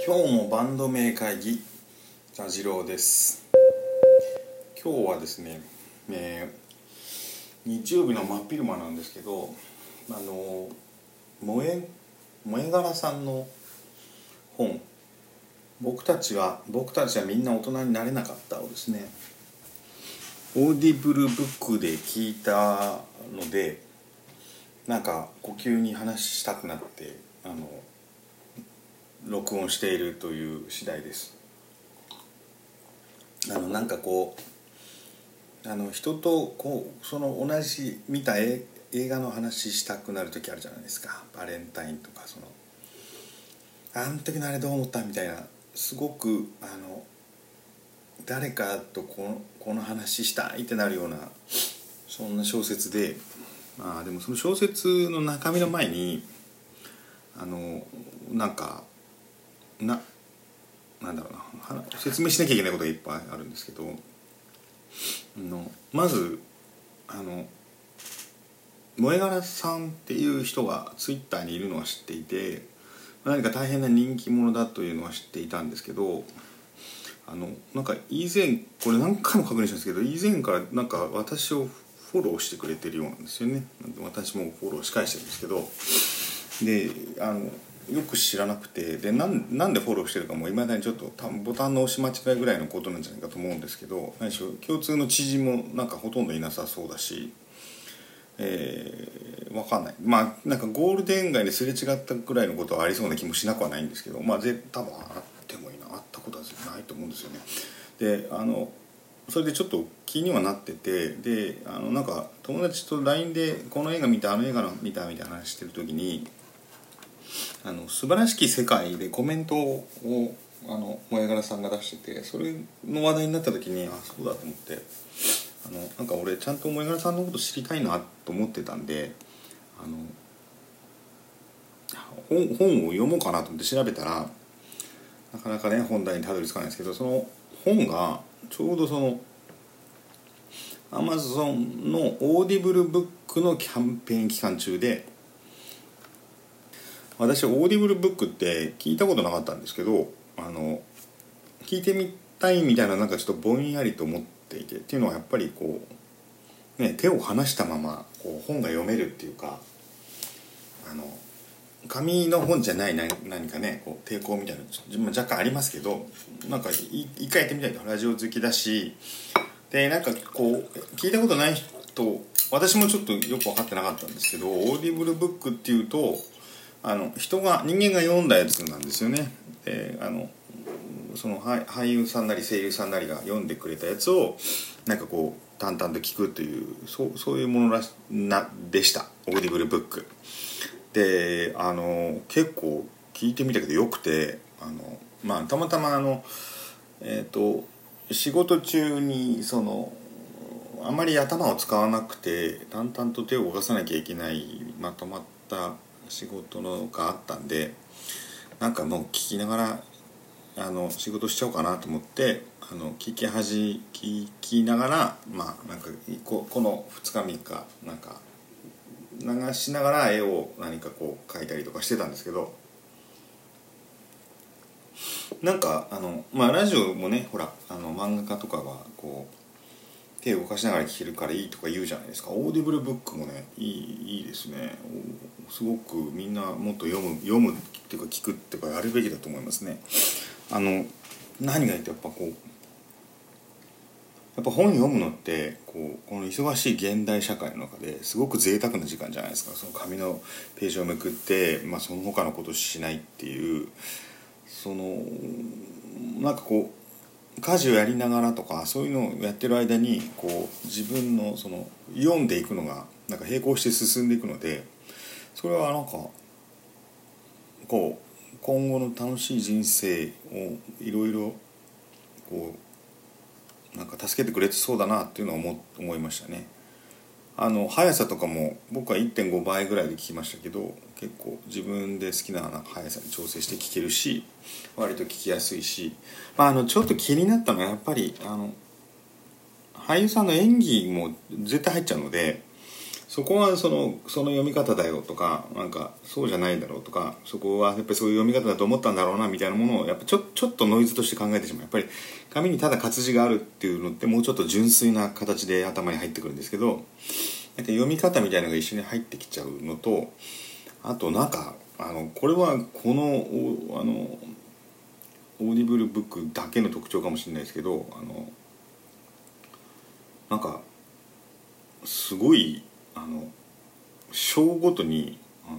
今日のバンド名会議、座次郎です。今日はですね、日曜日の真っ昼間なんですけど、萌え柄さんの本、僕たちはみんな大人になれなかったをですね、オーディブルブックで聞いたので、なんか呼吸に話したくなって録音しているという次第です。なんかこう人とこうその同じ見た映画の話したくなる時あるじゃないですか。バレンタインとかあの時のあれどう思ったみたいな、すごく誰かとこの話したいってなるような、そんな小説で、でもその小説の中身の前になんかなんだろうな、説明しなきゃいけないことがいっぱいあるんですけど、まず萌え柄さんっていう人がツイッターにいるのは知っていて、何か大変な人気者だというのは知っていたんですけど、なんか以前これ何回も確認したんですけど、以前からなんか私をフォローしてくれてるようなんですよね。私もフォローし返してるんですけど、でよく知らなくて、でなんでフォローしてるかもいまだにちょっとボタンの押し間違いぐらいのことなんじゃないかと思うんですけど、何しろ共通の知人もなんかほとんどいなさそうだし、分かんない、なんかゴールデン街ですれ違ったぐらいのことはありそうな気もしなくはないんですけど、多分あってもいいな、あったことはないと思うんですよね。でそれでちょっと気にはなってて、でなんか友達と LINE でこの映画見たあの映画見たみたいな話してる時に、素晴らしき世界でコメントを萌え柄さんが出してて、それの話題になった時にそうだと思って、なんか俺ちゃんと萌え柄さんのこと知りたいなと思ってたんで、本を読もうかなと思って調べたら、なかなかね本題にたどり着かないんですけど、その本がちょうどその Amazon のオーディブルブックのキャンペーン期間中で、私オーディブルブックって聞いたことなかったんですけど、聞いてみたいみたいな、なんかちょっとぼんやりと思っていて、っていうのはやっぱりこう、ね、手を離したままこう本が読めるっていうか、紙の本じゃない何かねこう抵抗みたいな若干ありますけど、なんか一回やってみたいと。ラジオ好きだし、でなんかこう聞いたことない人、私もちょっとよく分かってなかったんですけど、オーディブルブックっていうと人が読んだやつなんですよね。でその俳優さんなり声優さんなりが読んでくれたやつをなんかこう淡々と聞くという、そういうものでした、オーディブルブックで。結構聞いてみたけどよくて、たまたま仕事中にあまり頭を使わなくて淡々と手を動かさなきゃいけないまとまった仕事のがあったんで、なんかもう聞きながら仕事しちゃおうかなと思って聞きながら、なんかこの2日3日なんか流しながら絵を何かこう描いたりとかしてたんですけど、なんかラジオもね、ほら漫画家とかがこう手を動かしながら聞けるからいいとか言うじゃないですか。オーディブルブックもねいいですね。すごくみんなもっと読むっていうか聞くっていうかやるべきだと思いますね。何がいいってやっぱ本読むのってこの忙しい現代社会の中ですごく贅沢な時間じゃないですか。その紙のページをめくって、その他のことしないっていう、なんかこう家事をやりながらとかそういうのをやってる間にこう自分の読んでいくのがなんか並行して進んでいくので、それはなんかこう今後の楽しい人生をいろいろこうなんか助けてくれてそうだなっていうのは思いましたね。速さとかも僕は 1.5 倍ぐらいで聞きましたけど、結構自分で好きな速さに調整して聞けるし、割と聞きやすいし、ちょっと気になったのはやっぱり俳優さんの演技も絶対入っちゃうので、 そこはその読み方だよとか、なんかそうじゃないだろうとか、そこはやっぱりそういう読み方だと思ったんだろうなみたいなものをやっぱちょっとノイズとして考えてしまう。やっぱり紙にただ活字があるっていうのってもうちょっと純粋な形で頭に入ってくるんですけど、なんか読み方みたいなのが一緒に入ってきちゃうのと、あとなんかこれはこのオーディブルブックだけの特徴かもしれないですけど、なんかすごい章ごとに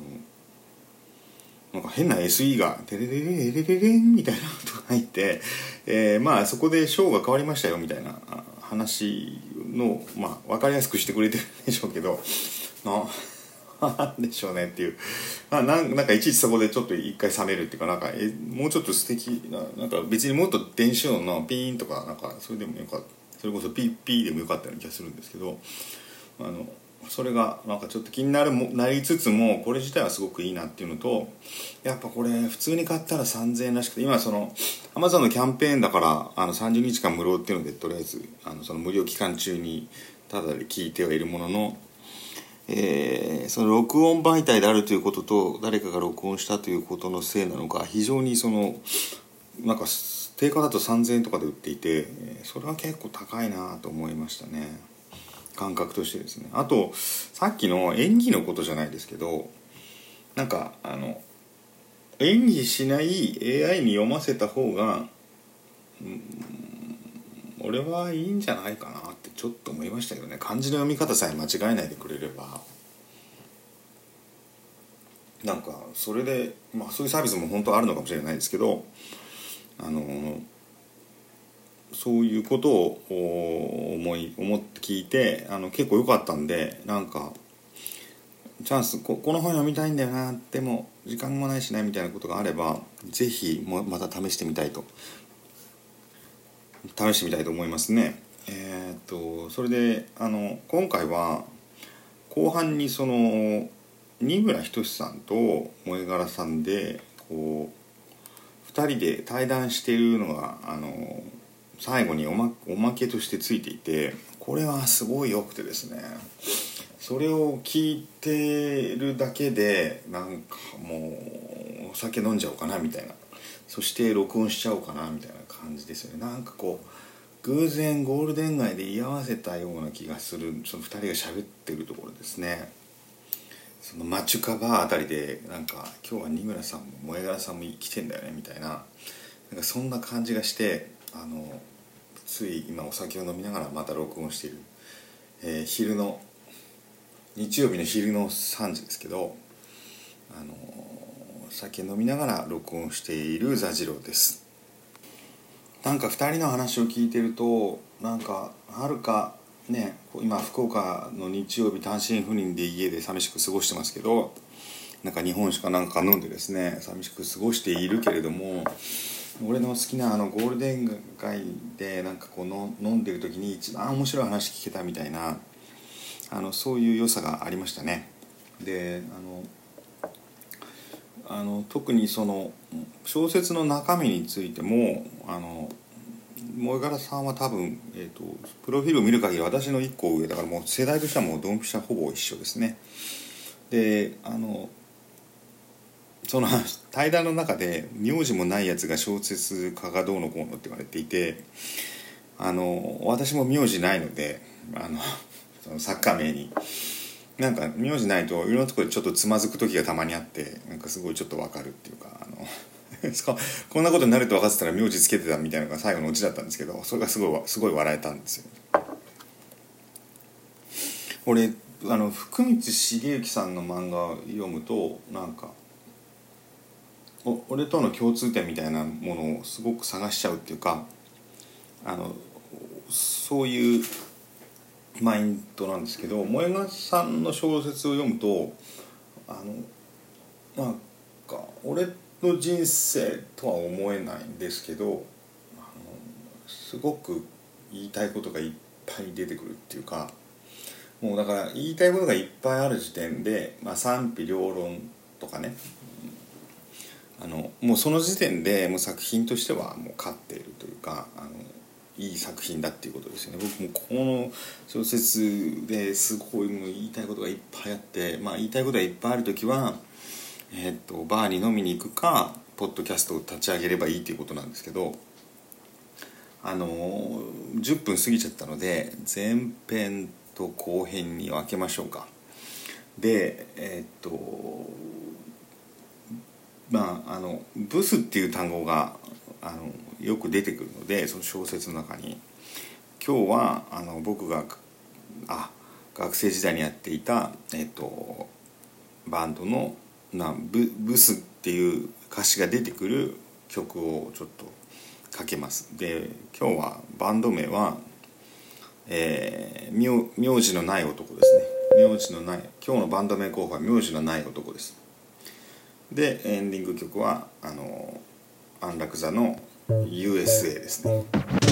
なんか変な SE がテレレレレレレンみたいな音が入って、まあそこで章が変わりましたよみたいな話の、まあ分かりやすくしてくれてるんでしょうけど、なんでしょうねっていう、なんかいちいちそこでちょっと一回冷めるっていうか、なんかもうちょっと素敵な、なんか別にもっと電子音のピーンとかなんかそれでもよかった、それこそピッピーでもよかったような気がするんですけど、それがなんかちょっと気になりつつも、これ自体はすごくいいなっていうのと、やっぱこれ普通に買ったら3000円らしくて、今その Amazon のキャンペーンだから30日間無料っていうので、とりあえずその無料期間中にタダで聞いてはいるものの、その録音媒体であるということと、誰かが録音したということのせいなのか、非常にそのなんか定価だと3000円とかで売っていて、それは結構高いなと思いましたね、感覚としてですね。あとさっきの演技のことじゃないですけど、なんか演技しない AI に読ませた方が俺はいいんじゃないかなってちょっと思いましたけどね。漢字の読み方さえ間違えないでくれれば、なんかそれで、まあそういうサービスも本当はあるのかもしれないですけど、そういうことを思って聞いて結構良かったんで、なんかチャンス、この本読みたいんだよな、でも時間もないしないみたいなことがあれば、ぜひまた試してみたいと思いますね。それで今回は後半にその二村仁さんと萌柄さんでこう2人で対談しているのが最後におまけとしてついていて、これはすごい良くてですね、それを聞いてるだけでなんかもうお酒飲んじゃおうかなみたいな、そして録音しちゃおうかなみたいな感じですよね。なんかこう偶然ゴールデン街で居合わせたような気がする、その2人が喋ってるところですね。そのマチュカバーあたりで、なんか今日は二村さんも萌柄さんも来てんだよねみたいな、なんかそんな感じがして、つい今お酒を飲みながらまた録音している、日曜日の昼の3時ですけど、酒飲みながら録音しているザジローです。なんか2人の話を聞いてると、なんかはるかね、今福岡の日曜日単身赴任で家で寂しく過ごしてますけど、なんか日本酒かなんか飲んでですね寂しく過ごしているけれども、俺の好きなゴールデン街でなんかこうの飲んでる時に一番面白い話聞けたみたいな、そういう良さがありましたね。で特にその小説の中身についても萌柄さんは多分、プロフィールを見る限り私の1個上だから、もう世代としてはもうドンピシャほぼ一緒ですね。でその対談の中で名字もないやつが小説家がどうのこうのって言われていて、私も名字ないのでその作家名になんか名字ないといろんなところでちょっとつまずく時がたまにあって、なんかすごいちょっと分かるっていうかこんなことになると分かってたら名字つけてたみたいなのが最後のオチだったんですけど、それがすごい笑えたんですよ。俺福光茂之さんの漫画を読むと、なんか俺との共通点みたいなものをすごく探しちゃうっていうか、そういうマインドなんですけど、萌柄さんの小説を読むとなんか俺の人生とは思えないんですけど、すごく言いたいことがいっぱい出てくるっていうか、もうだから言いたいことがいっぱいある時点で、賛否両論とかね、もうその時点でもう作品としてはもう勝っているというか、 いい作品だっていうことですよね。僕もこの小説ですごいもう言いたいことがいっぱいあって、言いたいことがいっぱいあるときは、バーに飲みに行くかポッドキャストを立ち上げればいいということなんですけど、10分過ぎちゃったので前編と後編に分けましょうか。でブスっていう単語がよく出てくるので、その小説の中に今日は僕が学生時代にやっていた、バンドのブスっていう歌詞が出てくる曲をちょっとかけます。で今日はバンド名は、名字のない男ですね。名字のない、今日のバンド名候補は名字のない男です。でエンディング曲は安楽座の USA ですね。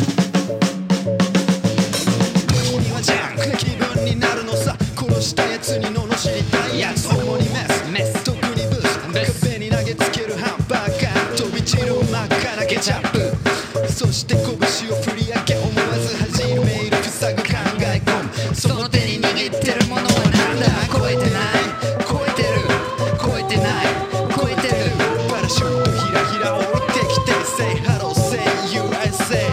君はジャンク気分になるのさ、殺したやつに罵りたいやつ、主にメス特にブス、壁に投げつけるハンバーガー、飛び散る真っ赤なケチャップ、そして拳を振り上げ思わず恥じるメール塞ぐ考え込む、その手に握ってるものはなんだ、超えてない超えてる超えてない超えてる、パラシュートひらひら降りてきて Say hello say USA。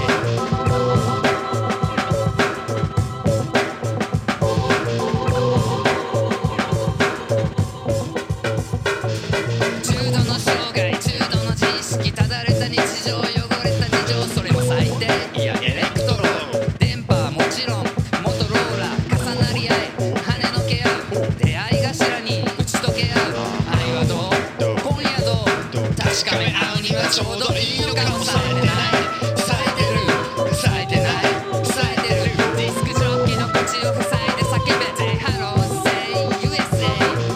重度の障害、重度の自意識、ただれた日常、汚れた事情、それも最低、いやエレクトロン、電波はもちろんモトローラ、重なり合い跳ねのけ合う、出会い頭に打ち解け合う、愛はどう今夜どう確かめ合うにはちょうどいいのかも。されてない冴えてる冴えてない冴えてる、ディスクジョッキの口を塞いで叫べ Say hello say USA。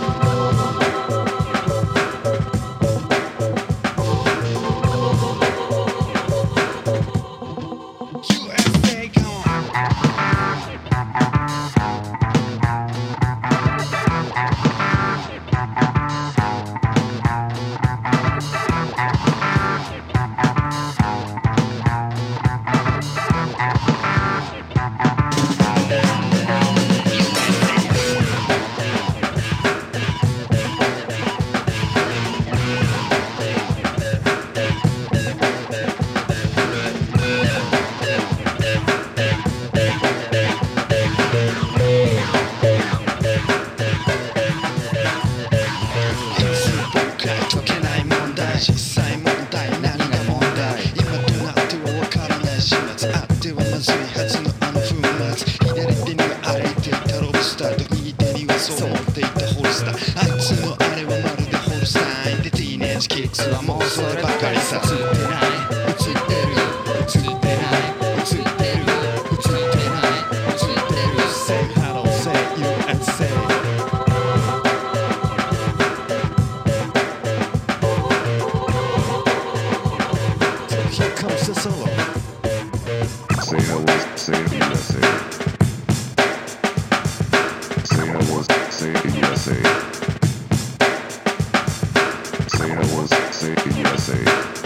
解けない問題、実際問題何が問題、今となっては分からない始末、あってはまずいはずの粉末、左手には歩いていたロブスターと右手にはそう思っていたホルスター、あいつのあれはまるでホルスタインでティーネージキックスはもうそればかりさ、映ってない映ってる映ってない映ってる映ってない映ってる Say hello say USA。Here comes the solo. Say hello, say USA. Say hello, say USA. Say hello, say USA.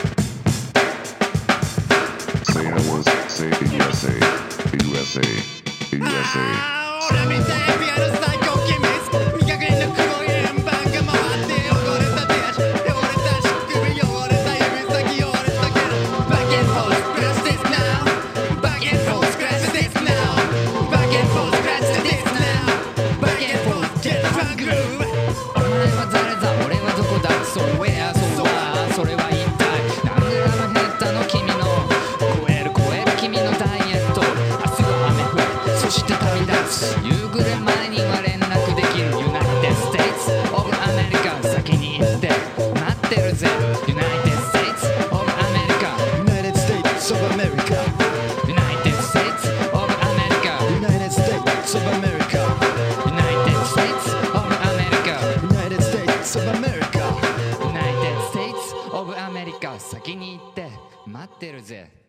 Say hello, say USA. USA. USA. 俺みたいピアノ最高機密、未確認の黒い円盤が回って汚れた手足、汚れた足首、汚れた指先、汚れたけど Back and forth, scratch this now. Back and forth, scratch this now. Back and forth, scratch this now. Back and forth, get the funk groove。 お前は誰だ俺はどこだ So where so what それは一体なんでラムヘッダの君の超える君のダイエット、明日は雨降るそして旅立つ、夕暮れ前には連絡できる United States of America、 先に行って待ってるぜ United States of America United States of America. United States of America United States of America. United States of America United States of America. United States of America 先に行って待ってるぜ。